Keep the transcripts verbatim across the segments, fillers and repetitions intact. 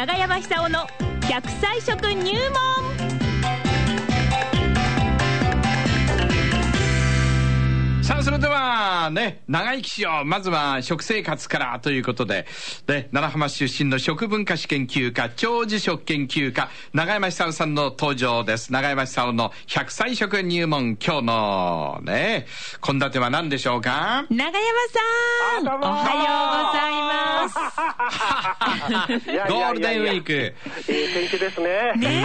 長山久夫の百歳食入門。 さあそれではね、長生きしよう、まずは食生活からということで、で奈良浜出身の食文化史研究家、長寿食研究家、長山久夫さんの登場です。長山久夫の百歳食入門。今日のね献立は何でしょうか。 長山さん、おはようございます。 ゴールデンウィーク、 いい天気ですね。 いいお天気です。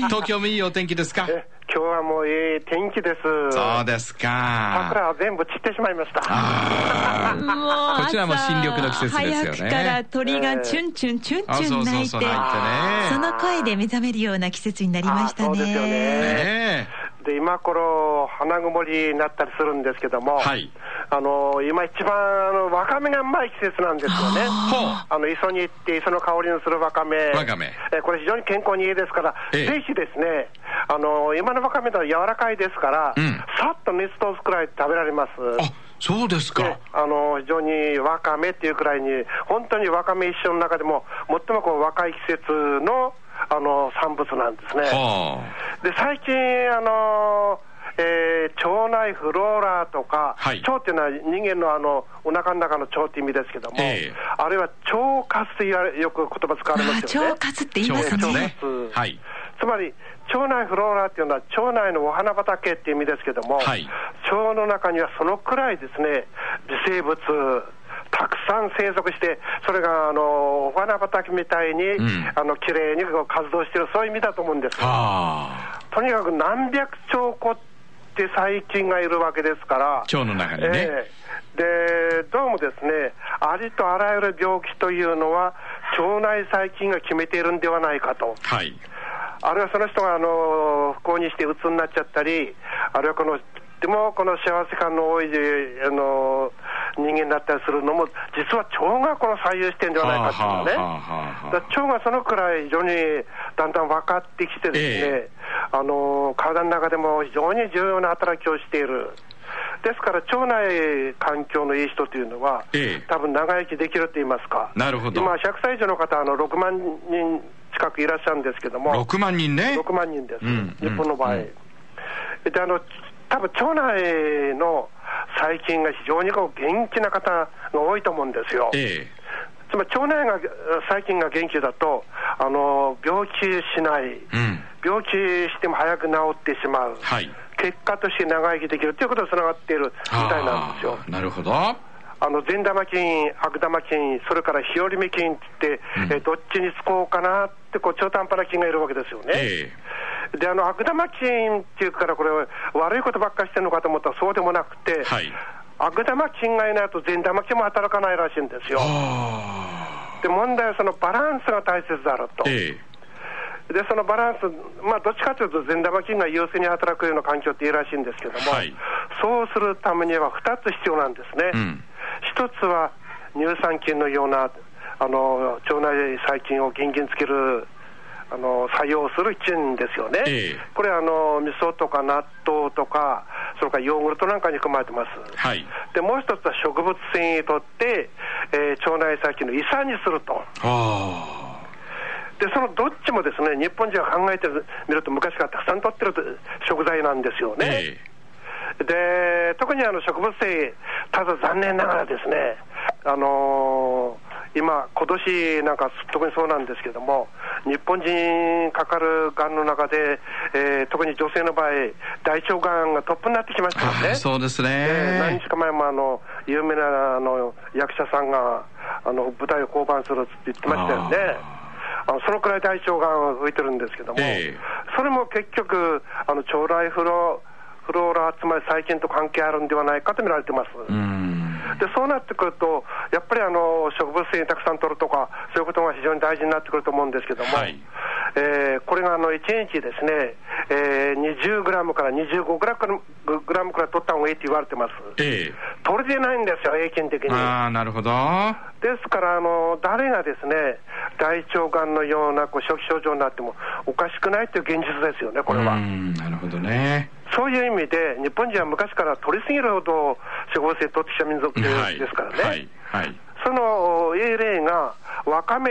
東京もいいお天気ですか。 今日はもういい天気です。 そうですか。 桜は全部散ってしまいました。 あもうこちらも新緑の季節ですよね。 早くから鳥がチュンチュンチュンチュン鳴いて、 そうそうそう鳴いてね、 その声で目覚めるような季節になりましたね。 そうですよね。 ねで今頃花曇りになったりするんですけども、 はい、 あの今一番あのわかめがうまい季節なんですよね。あの磯に行って磯の香りのするわかめ、 わかめ、 えこれ非常に健康にいいですから、ええ、ぜひですね、あの今のわかめは柔らかいですから、うん、さっと熱通すくらい食べられます。 あ、そうですか。 あの非常にわかめっていうくらいに、本当にわかめ一生の中でも最もこう若い季節のあの産物なんですね。はあ、で最近あの、えー、腸内フローラとか、はい、腸っていうのは人間のあのお腹の中の腸って意味ですけども、えー、あるいは腸活って言われよく言葉使われますよね。 腸活って言いますね。 腸活、はい、つまり腸内フローラっていうのは腸内のお花畑っていう意味ですけども、はい、腸の中にはそのくらいですね、微生物たくさん生息して、それがあのお花畑みたいに、うん、あの綺麗に活動している、そういう意味だと思うんです。とにかく何百兆個って細菌がいるわけですから、 腸の中にね、 えー、でどうもですね、ありとあらゆる病気というのは腸内細菌が決めているんではないかと、はい、あるいはその人があの不幸にして鬱になっちゃったり、あるいはこのでもこの幸せ感の多いあの人間だったりするのも、実は腸がこの左右してるんではないかっていうのね。だ腸がそのくらい非常にだんだん分かってきてですね、えー、あの体の中でも非常に重要な働きをしている。ですから腸内環境のいい人というのは、えー、多分長生きできると言いますか。 なるほど。 今ひゃくさい以上の方あのろくまんにん近くいらっしゃるんですけども。 ろくまんにんね。 ろくまんにんです、うん、日本の場合、うん、であの多分腸内の細菌が非常にこう元気な方が多いと思うんですよ。ええ、つまり腸内が細菌が元気だとあの病気しない、うん、病気しても早く治ってしまう、はい、結果として長生きできるということにつながっているみたいなんですよ。 なるほど。 あの善玉菌、悪玉菌、それから日和見菌って、うん、えどっちに使おうかなってこう中途半端な菌がいるわけですよね。ええ、であの悪玉菌っていうからこれ悪いことばっかりしてるのかと思ったらそうでもなくて、はい、悪玉菌がいないと善玉菌も働かないらしいんですよ。で問題はそのバランスが大切だろうと。ええ、でそのバランス、まあ、どっちかというと善玉菌が優勢に働くような環境っていいらしいんですけども、はい、そうするためにはふたつ必要なんですね。うん、一つは乳酸菌のようなあの腸内細菌を元気につけるあの作用する菌ですよね。ええ、これはあの味噌とか納豆とかそれからヨーグルトなんかに含まれてます。はい、でもう一つは植物繊維を取って、えー、腸内細菌の胃酸にすると。あでそのどっちもですね、日本人が考えてみると昔からたくさん取ってる食材なんですよね。ええ、で特にあの植物繊維、ただ残念ながらですね、あのー今今年なんか特にそうなんですけども、日本人かかるがんの中で、えー、特に女性の場合大腸がんがトップになってきましたよね。 そうですね。 で何日か前もあの有名なあの役者さんがあの舞台を降板するって言ってましたよね。あのそのくらい大腸がんが増えてるんですけども、えー、それも結局あの腸内フロフローラつまり細菌と関係あるんではないかと見られてます。うんでそうなってくるとやっぱりあの植物繊維たくさん取るとかそういうことが非常に大事になってくると思うんですけども、はい、えー、これがあのいちにちですね、えー、にじゅうグラムからにじゅうごグラムくらい取った方がいいって言われてます。えー、取れてないんですよ平均的に。 ああなるほど。 ですからあの誰がですね大腸がんのようなこう初期症状になってもおかしくないという現実ですよねこれは。 うんなるほどね。 そういう意味で日本人は昔から取りすぎるほど植物性取ってきた民族ですからね、はいはいはい、そのいい例がわかめ、こ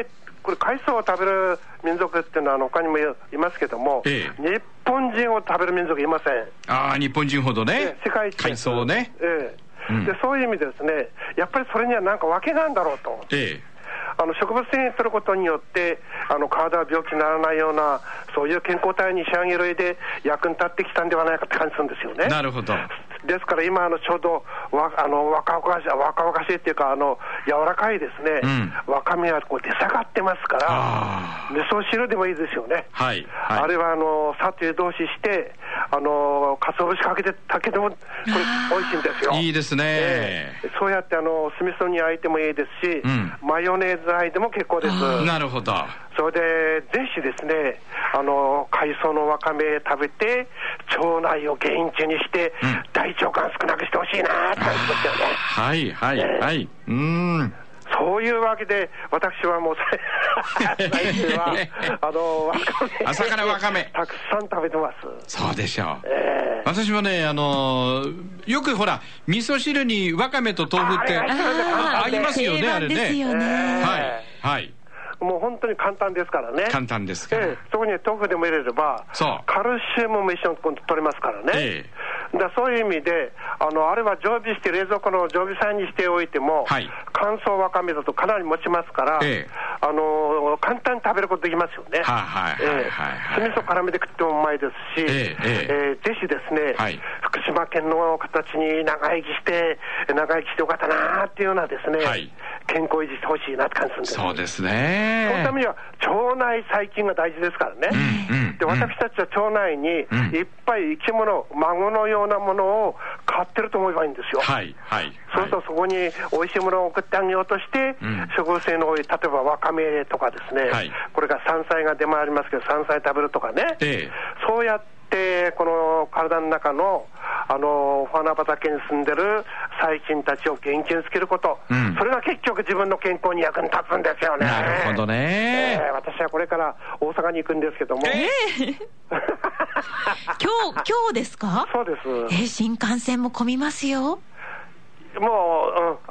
これ海藻を食べる民族っていうのは他にもいますけども、ええ、日本人を食べる民族いません。 ああ、日本人ほどね、ええ、世界一海藻をね、 ええ、うん、でそういう意味でですね、やっぱりそれには何か訳があるんだろうと、ええ、あの植物繊維を取ることによってあの体は病気にならないようなそういう健康体に仕上げる上で役に立ってきたんではないかって感じするんですよね。 なるほど。 ですから今あのちょうどわあの若々しい若々しいっていうかあの柔らかいですね、うん、わかめはこう出下がってますから味噌汁でもいいですよね、はいはい、あれはあのさと湯通ししてあのかつお節かけてだけでもこれ美味しいんですよ。 いいですね、 えー、そうやってあの酢味噌に焼いてもいいですし、うん、マヨネーズあいでも結構です。 なるほど。 それでぜひですねあの海藻のわかめ食べて腸内を元気にして、うん、大腸がん少なくしてほしいなって感じですよね。 はいはいはい、えー、うーんそういうわけで私はもう最近はあのわかめ朝からわかめたくさん食べてます。 そうでしょう、えー、私もねあのよくほら味噌汁にわかめと豆腐ってありますよね。あれね、 ですよね、 えー、はいはいもう本当に簡単ですからね。 簡単ですから、 ええ、そこに豆腐でも入れればカルシウムも一緒に取れますからね、ええ、だそういう意味で あのあれは常備して冷蔵庫の常備菜にしておいても、はい、乾燥わかめだとかなり持ちますから、ええ、あの簡単に食べることできますよね。酢味噌絡めて食ってもうまいですし、ええええ、ぜひですね、はい、福島県の形に長生きして長生きしてよかったなっていうようなですね、はい、健康維持してほしいなって感じするんです。 そうですね。 そのためには腸内細菌が大事ですからね、うんうん、で私たちは腸内にいっぱい生き物、うん、孫のようなものを飼ってると思えばいいんですよ、はいはい、そうするとそこにおいしいものを送ってあげようとして、うん、植物性の多い例えばわかめとかですね、はい、これが山菜が出回りますけど山菜食べるとかね、ええ、そうやってこの体の中のあのお花畑に住んでる細菌たちを元気につけること、うん、それが結局自分の健康に役に立つんですよね。 なるほどね、 えー、私はこれから大阪に行くんですけども、 えー、今日今日ですか。 そうです、 えー、新幹線も混みますよ。 もう、うん、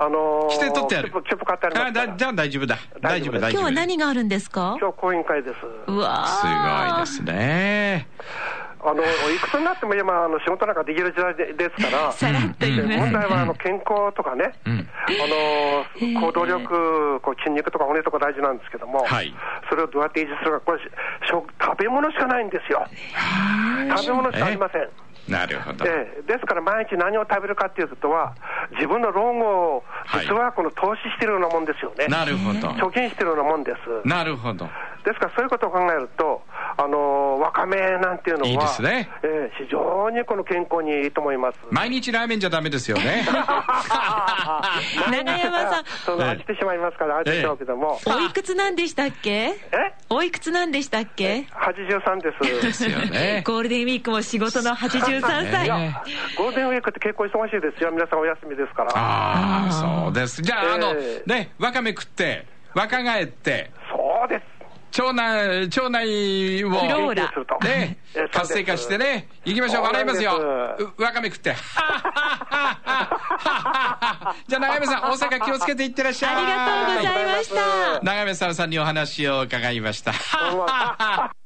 あのー、 来て取ってある。 切符買ってありますから。 あ、じゃあ大丈夫だ。大丈夫大丈夫。 今日は何があるんですか。 今日講演会です。 うわすごいですね。 あのいくつになっても今あの仕事なんかできる時代ですからさらっと言います、 問題はあの健康とかね、うん、あの行動力、こう筋肉とか骨とか大事なんですけども、はい、それをどうやって維持するか、これ食べ物しかないんですよ。食べ物しかありません。 なるほど、 えー、ですから毎日何を食べるかっていうことは自分の老後を実はこの投資してるようなもんですよね、 はい、なるほど、 貯金してるようなもんです。 なるほど。 ですからそういうことを考えるとあのわかめなんていうのはいいですね、 えー、非常にこの健康にいいと思います。 毎日ラーメンじゃダメですよね長山さんその飽きてしまいますからあれでしょうけども、 ええ、おいくつなんでしたっけ。えおいくつなんでしたっけ。 はちじゅうさんですですよね。 ゴールデンウィークも仕事のはちじゅうさんさい、ね、 ゴールデンウィークって結構忙しいですよ。皆さんお休みですから。 ああそうです。じゃあ、えー、あのねわかめ食って若返って、 そうです、 腸内、腸内を、ね、活性化してね、行きましょう。笑いますよ。わかめ食って。じゃあ、長山さん、大阪気をつけていってらっしゃい。 ありがとうございました。 長山さんさんにお話を伺いました。